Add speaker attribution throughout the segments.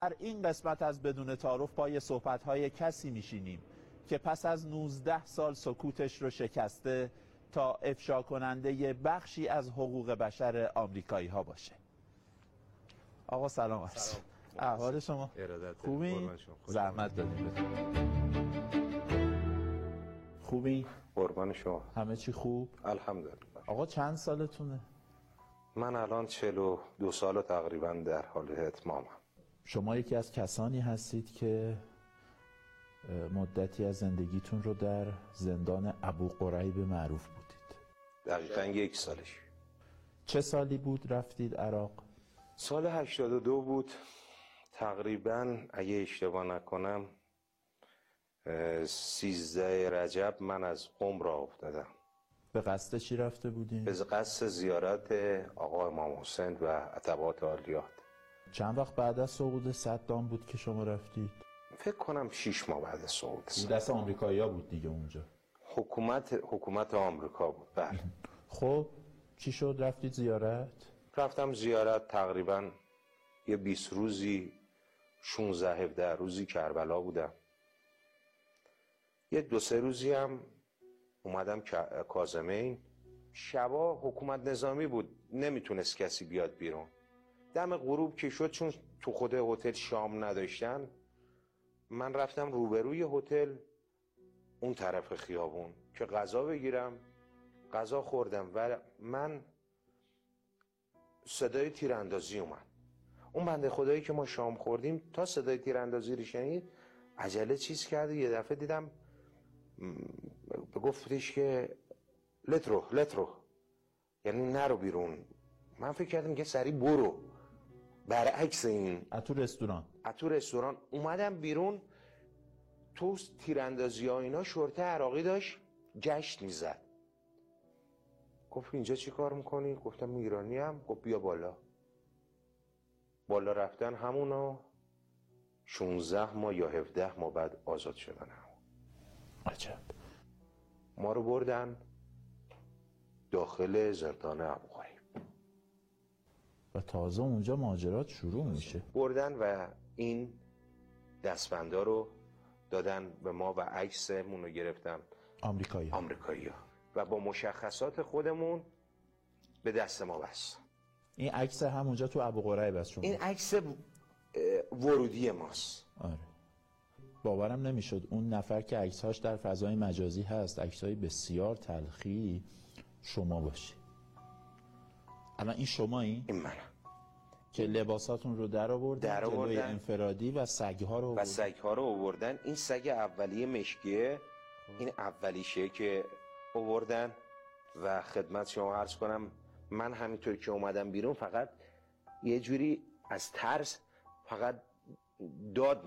Speaker 1: در این قسمت از بدون تعارف پای صحبت‌های کسی میشینیم که پس از 19 سال سکوتش رو شکسته تا افشا کننده بخشی از حقوق بشر آمریکایی ها باشه. آقا سلام علیکم. احوال شما؟ خوبی؟ زحمت دادیم. خوبی؟
Speaker 2: قربان شما.
Speaker 1: همه چی خوب؟
Speaker 2: الحمدلله.
Speaker 1: آقا چند سالتونه؟
Speaker 2: من الان 42 سال تقریبا در حال اتمامم.
Speaker 1: شما یکی از کسانی هستید که مدتی از زندگیتون رو در زندان ابو غریب معروف بودید.
Speaker 2: دقیقاً 1 سالش.
Speaker 1: چه سالی بود رفتید عراق؟
Speaker 2: سال 82 بود تقریبا، اگه اشتباه نکنم 13 رجب من از قم راه افتادم.
Speaker 1: به قصد چی رفته بودین؟
Speaker 2: به قصد زیارت آقا امام حسین و عتبات عالیات.
Speaker 1: چند وقت بعد از سقوط صدام بود که شما رفتید؟
Speaker 2: فکر کنم 6 ماه بعد از سقوط صدام.
Speaker 1: دست آمریکایی‌ها بود دیگه اونجا.
Speaker 2: حکومت آمریکا بود. بله.
Speaker 1: خب چی شد رفتید زیارت؟
Speaker 2: رفتم زیارت، تقریبا یه 20 روزی 16-17 روزی کربلا بودم. یه 2-3 روزی هم اومدم کاظمین. شبا حکومت نظامی بود، نمیتونست کسی بیاد بیرون. دم غروب که شد، چون تو خود هتل شام نداشتن، من رفتم روبروی هتل اون طرف خیابون که غذا بگیرم. غذا خوردم و من صدای تیراندازی اومد. اون بنده خدایی که ما شام خوردیم تا صدای تیراندازی رو شنید عجله چیز کرد. یه دفعه دیدم گفتش که لترو، یعنی نرو بیرون. من فکر کردم که سریع برو. برعکس این اتو رستوران اومدم بیرون. تو تیراندازی ها اینا شرطه عراقی داشت جشن میزد. گفت اینجا چی کار میکنی؟ گفتم ایرانی هم. گفت بیا بالا رفتن همونا 16 ماه یا 17 ماه بعد آزاد شدن همون.
Speaker 1: عجب.
Speaker 2: ما رو بردن داخل زندان ابو غریب
Speaker 1: و تازه اونجا ماجرات شروع میشه.
Speaker 2: بردن و این دستبندا رو دادن به ما و عکسمون رو گرفتن آمریکایی‌ها و با مشخصات خودمون به دست ما بست.
Speaker 1: این عکس همونجا تو ابو غریب است شما؟
Speaker 2: این عکس ورودی ماست.
Speaker 1: آره. باورم نمیشد اون نفر که عکس‌هاش در فضای مجازی هست، عکس‌های بسیار تلخی، شما باشی. الان این شمایی؟
Speaker 2: این منم
Speaker 1: که لباساتون رو در آوردن جلوی انفرادی و سگ‌ها رو
Speaker 2: آوردن. این سگ اولیه مشکیه، این اولیشه که آوردن. و خدمت شما عرض کنم من همینطور که اومدم بیرون فقط یه جوری از ترس فقط داد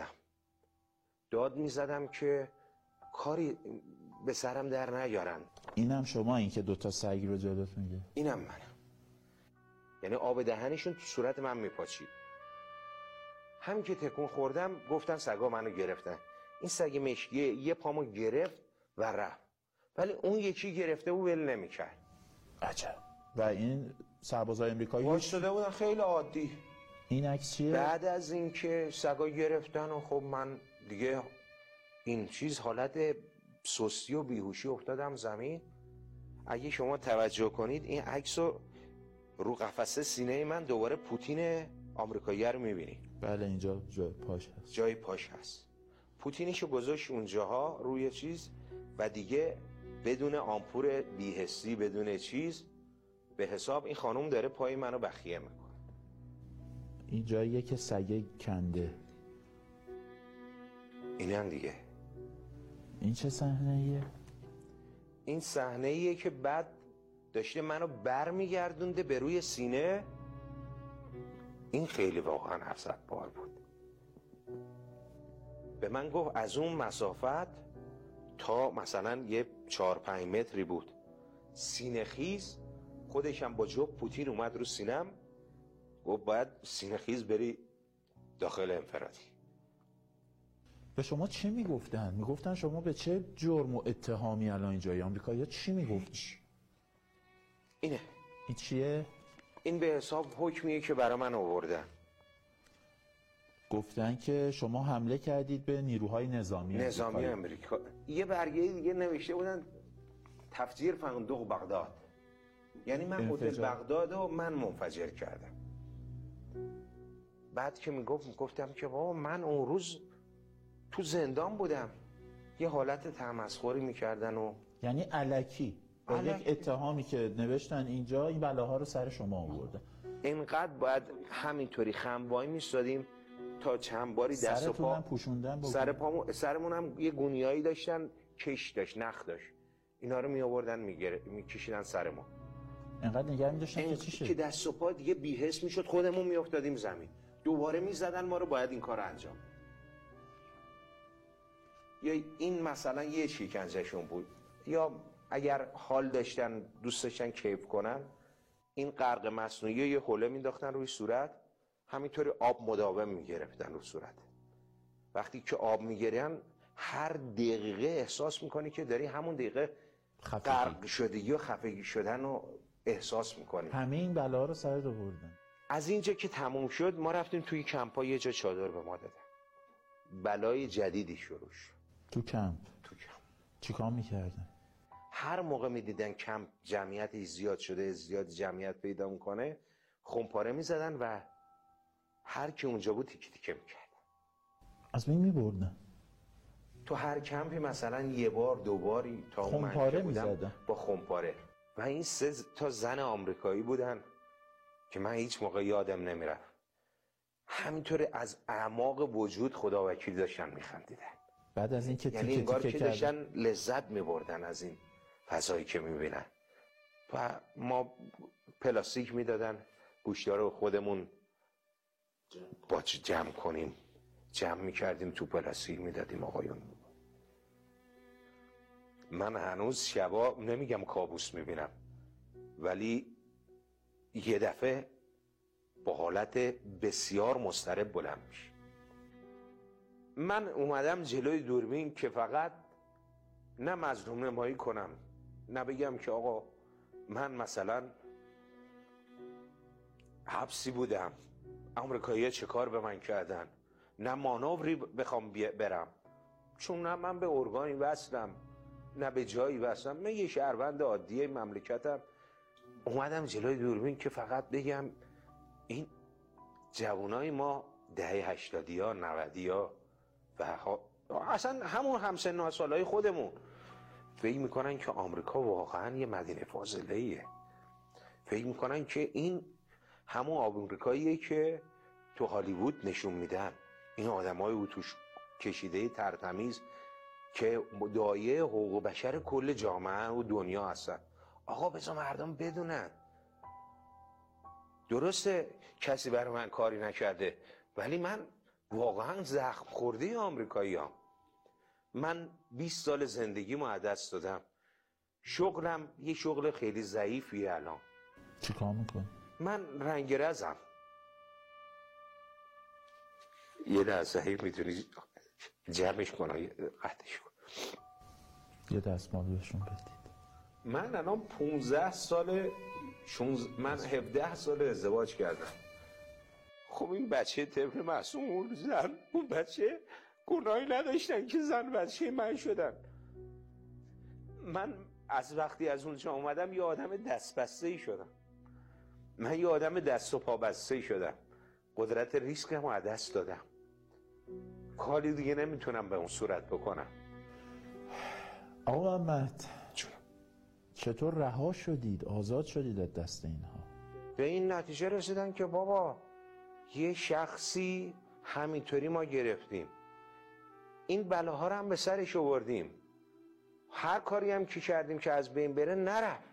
Speaker 2: میزدم که کاری به سرم در نیارن.
Speaker 1: اینم شما این که 2 سگ رو جلوت میگه؟
Speaker 2: اینم منم. یعنی آب دهنشون تو صورت من میپاچید. همین که تکون خوردم گفتن سگا منو گرفتن. این سگ مشکیه یه پامو گرفت و رفت، ولی اون یکی گرفته و ول نمیکرد.
Speaker 1: عجب. و این سربازای آمریکایی
Speaker 2: وایساده بودن خیلی عادی.
Speaker 1: این عکس چیه؟
Speaker 2: بعد از اینکه سگا گرفتن و خب من دیگه این چیز حالت سستی و بیهوشی افتادم زمین. اگه شما توجه کنید این عکس رو قفسه سینه من دوباره پوتین آمریکایی رو میبینی.
Speaker 1: بله اینجا جای پاش هست.
Speaker 2: پوتینیشو گذاشت اونجاها روی چیز و دیگه بدون آمپور بی‌حسی بدون چیز به حساب این خانم داره پای منو بخیه میکنه.
Speaker 1: این جاییه که سگه کنده.
Speaker 2: اینم دیگه.
Speaker 1: این چه صحنه‌ایه؟
Speaker 2: این صحنه‌ایه که بعد داشته منو برمیگردونده به روی سینه. این خیلی واقعا حسرت‌بار بود. به من گفت از اون مسافت تا مثلا یه 4-5 متری بود سینه خیز. خودشم با جوب پوتین اومد رو سینم، گفت باید سینه خیز بری داخل انفرادی.
Speaker 1: به شما چی میگفتن؟ میگفتن شما به چه جرم و اتهامی الان اینجایی؟ آمریکایی‌ها چی میگفتن؟
Speaker 2: اینه.
Speaker 1: این چیه؟
Speaker 2: این به حساب حکمیه که برای من آوردن.
Speaker 1: گفتن که شما حمله کردید به نیروهای نظامی
Speaker 2: آمریکا. یه برگه دیگه نوشته بودن تفجیر فندق بغداد، یعنی من هتل بغداد رو من منفجر کردم. بعد که گفتم که بابا من اون روز تو زندان بودم. یه حالت تمسخری میکردن و
Speaker 1: یعنی الکی با یک اتهامی که نوشتن اینجا این بلاها رو سر شما آوردن.
Speaker 2: اینقدر باید همینطوری خم وای میستادیم تا چند باری دست و پا
Speaker 1: پوشوندن
Speaker 2: سرمون هم یه گونیایی داشتن، کش داشت، نخ داشت، اینا رو می آوردن میکشیدن سرمون.
Speaker 1: اینقدر نگه می‌داشتن که چی شد؟
Speaker 2: که دست و پا دیگه بی‌حس میشد، خودمون میافتادیم زمین، دوباره میزدن ما رو، باید این کار انجام. یا این مثلا یه شکنجهشون بود. یا اگر حال داشتن دوست داشتن کیف کنن، این غرق مصنوعی یه حوله مینداختن روی صورت، همینطوری آب مداوم میگرفتن رو صورت. وقتی که آب میگیرن هر دقیقه احساس میکنی که داری همون دقیقه غرق شدگی و خفگی شدن رو احساس میکنی.
Speaker 1: همه این بلا رو سر آوردن.
Speaker 2: از اینجا که تموم شد ما رفتیم توی کمپا، یه جا چادر به ما دادن. بلای جدیدی شروع شد.
Speaker 1: تو کمپ چیکار میکردن؟
Speaker 2: هر موقع میدیدن کمپ جمعیت زیاد شده، زیاد جمعیت پیدا میکنه، خمپاره میزدن و هر کی اونجا بود تیکه تیکه میکردن.
Speaker 1: از بین میبردن.
Speaker 2: تو هر کمپی مثلا یه بار دو باری تا
Speaker 1: خمپاره میزدن
Speaker 2: با خمپاره. و این 3 تا زن آمریکایی بودن که من هیچ موقع یادم نمیرفت. همینطوری از اعماق وجود خداوکیل داشتن میخندیدن.
Speaker 1: بعد از این که
Speaker 2: یعنی انگار که داشتن لذت میبردن از این فضایی که میبینن. و ما پلاستیک میدادن، گوشت‌ها رو خودمون با جمع کنیم، جمع میکردیم تو پلاستیک میدادیم آقایون. من هنوز شبا نمیگم کابوس میبینم، ولی یه دفعه با حالت بسیار مضطرب بلند میشه. من اومدم جلوی دوربین که فقط نه مظلوم نمایی کنم، نه بگم که آقا من مثلا حبسی بودم، آمریکایی‌ها چه کار به من کردن، نه مانوری بخوام برم، چون نه من به ارگانی وصلم نه به جایی وصلم، من یه شهروند عادی مملکتم. اومدم جلوی دوربین که فقط بگم این جوانای ما دهه 80ها 90ها و اصلا همون همسن سالای خودمون فکر میکنن که آمریکا واقعا یه مدینه فاضله‌ایه. فکر میکنن که این همون آمریکاییه که تو هالیوود نشون میدن، این آدمای او توش کشیده ترتمیز که دایه حقوق بشر کل جامعه و دنیا هستن. آقا بذار مردم بدونن. درسته کسی برای من کاری نکرده، ولی من واقعا زخم خورده آمریکایی‌ام. من 20 سال زندگیمو از دست دادم. شغلم یه شغل خیلی ضعیفیه الان.
Speaker 1: چی کار میکنی؟
Speaker 2: من رنگرزم. یه لحظه میتونی جمعش کنم، قطعش کن.
Speaker 1: یه دستمال بهشون بدید.
Speaker 2: من الان 15 سال من 17 سال ازدواج کردم. خب این بچه طفل معصوم اون زن، اون بچه گناهی نداشتن که زن بچه من شدن. من از وقتی از اونجا اومدم یه آدم دست بسته‌ای شدم. من یه آدم دست و پا بسته‌ای شدم. قدرت ریسکمو از دست دادم. کاری دیگه نمیتونم به اون صورت بکنم.
Speaker 1: آقا محمد چطور رها شدید، آزاد شدید از دست اینها؟
Speaker 2: به این نتیجه رسیدن که بابا یه شخصی همینطوری ما گرفتیم، این بلاها رو هم به سرش آوردیم، هر کاری هم که کردیم که از بین بره نرفت،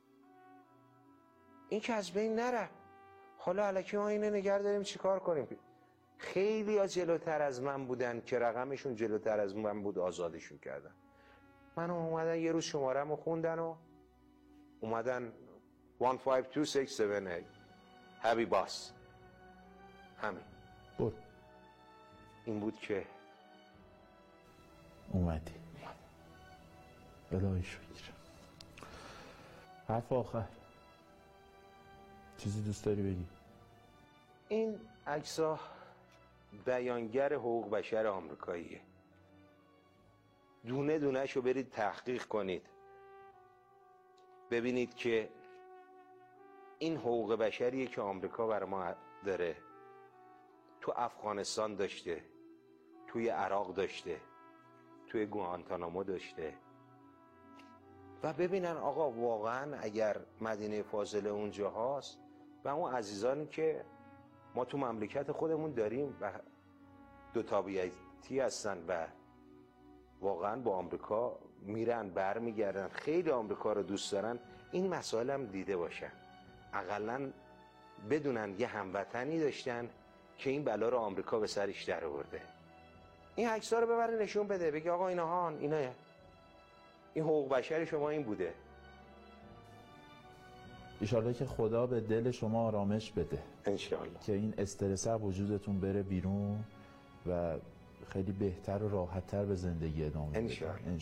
Speaker 2: این که از بین نرفت، حالا الکی ما اینو نگه داریم چیکار کنیم؟ خیلی ها جلوتر از من بودن که رقمشون جلوتر از من بود، آزادشون کردن. من اومدن یه روز شماره‌مو خوندن و اومدن 152678 هابی باس، همین
Speaker 1: بود.
Speaker 2: این بود که
Speaker 1: اومدی. الهی شکر. حرف آخر چیزی دوست داری بگی؟
Speaker 2: این عکس‌ها بیانگر حقوق بشر آمریکاییه. دونه دونه‌شو برید تحقیق کنید، ببینید که این حقوق بشریه که آمریکا برای ما داره. تو افغانستان داشته، توی عراق داشته، توی گوانتانامو داشته. و ببینن آقا واقعا اگر مدینه فاضله اونجا هست و اون عزیزانی که ما تو مملکت خودمون داریم و دو تابعیتی هستن و واقعا با آمریکا میرن برمیگردن، خیلی آمریکا رو دوست دارن، این مسائل هم دیده باشن، اقلا بدونن یه هموطنی داشتن که این بلا رو آمریکا به سرش در آورده. این عکس‌ها رو ببره نشون بده، بگه آقا اینا این حقوق بشر شما این بوده.
Speaker 1: ایشالله که خدا به دل شما آرامش بده
Speaker 2: انشالله
Speaker 1: که این استرس وجودتون بره بیرون و خیلی بهتر و راحت‌تر به زندگی ادامه بدید.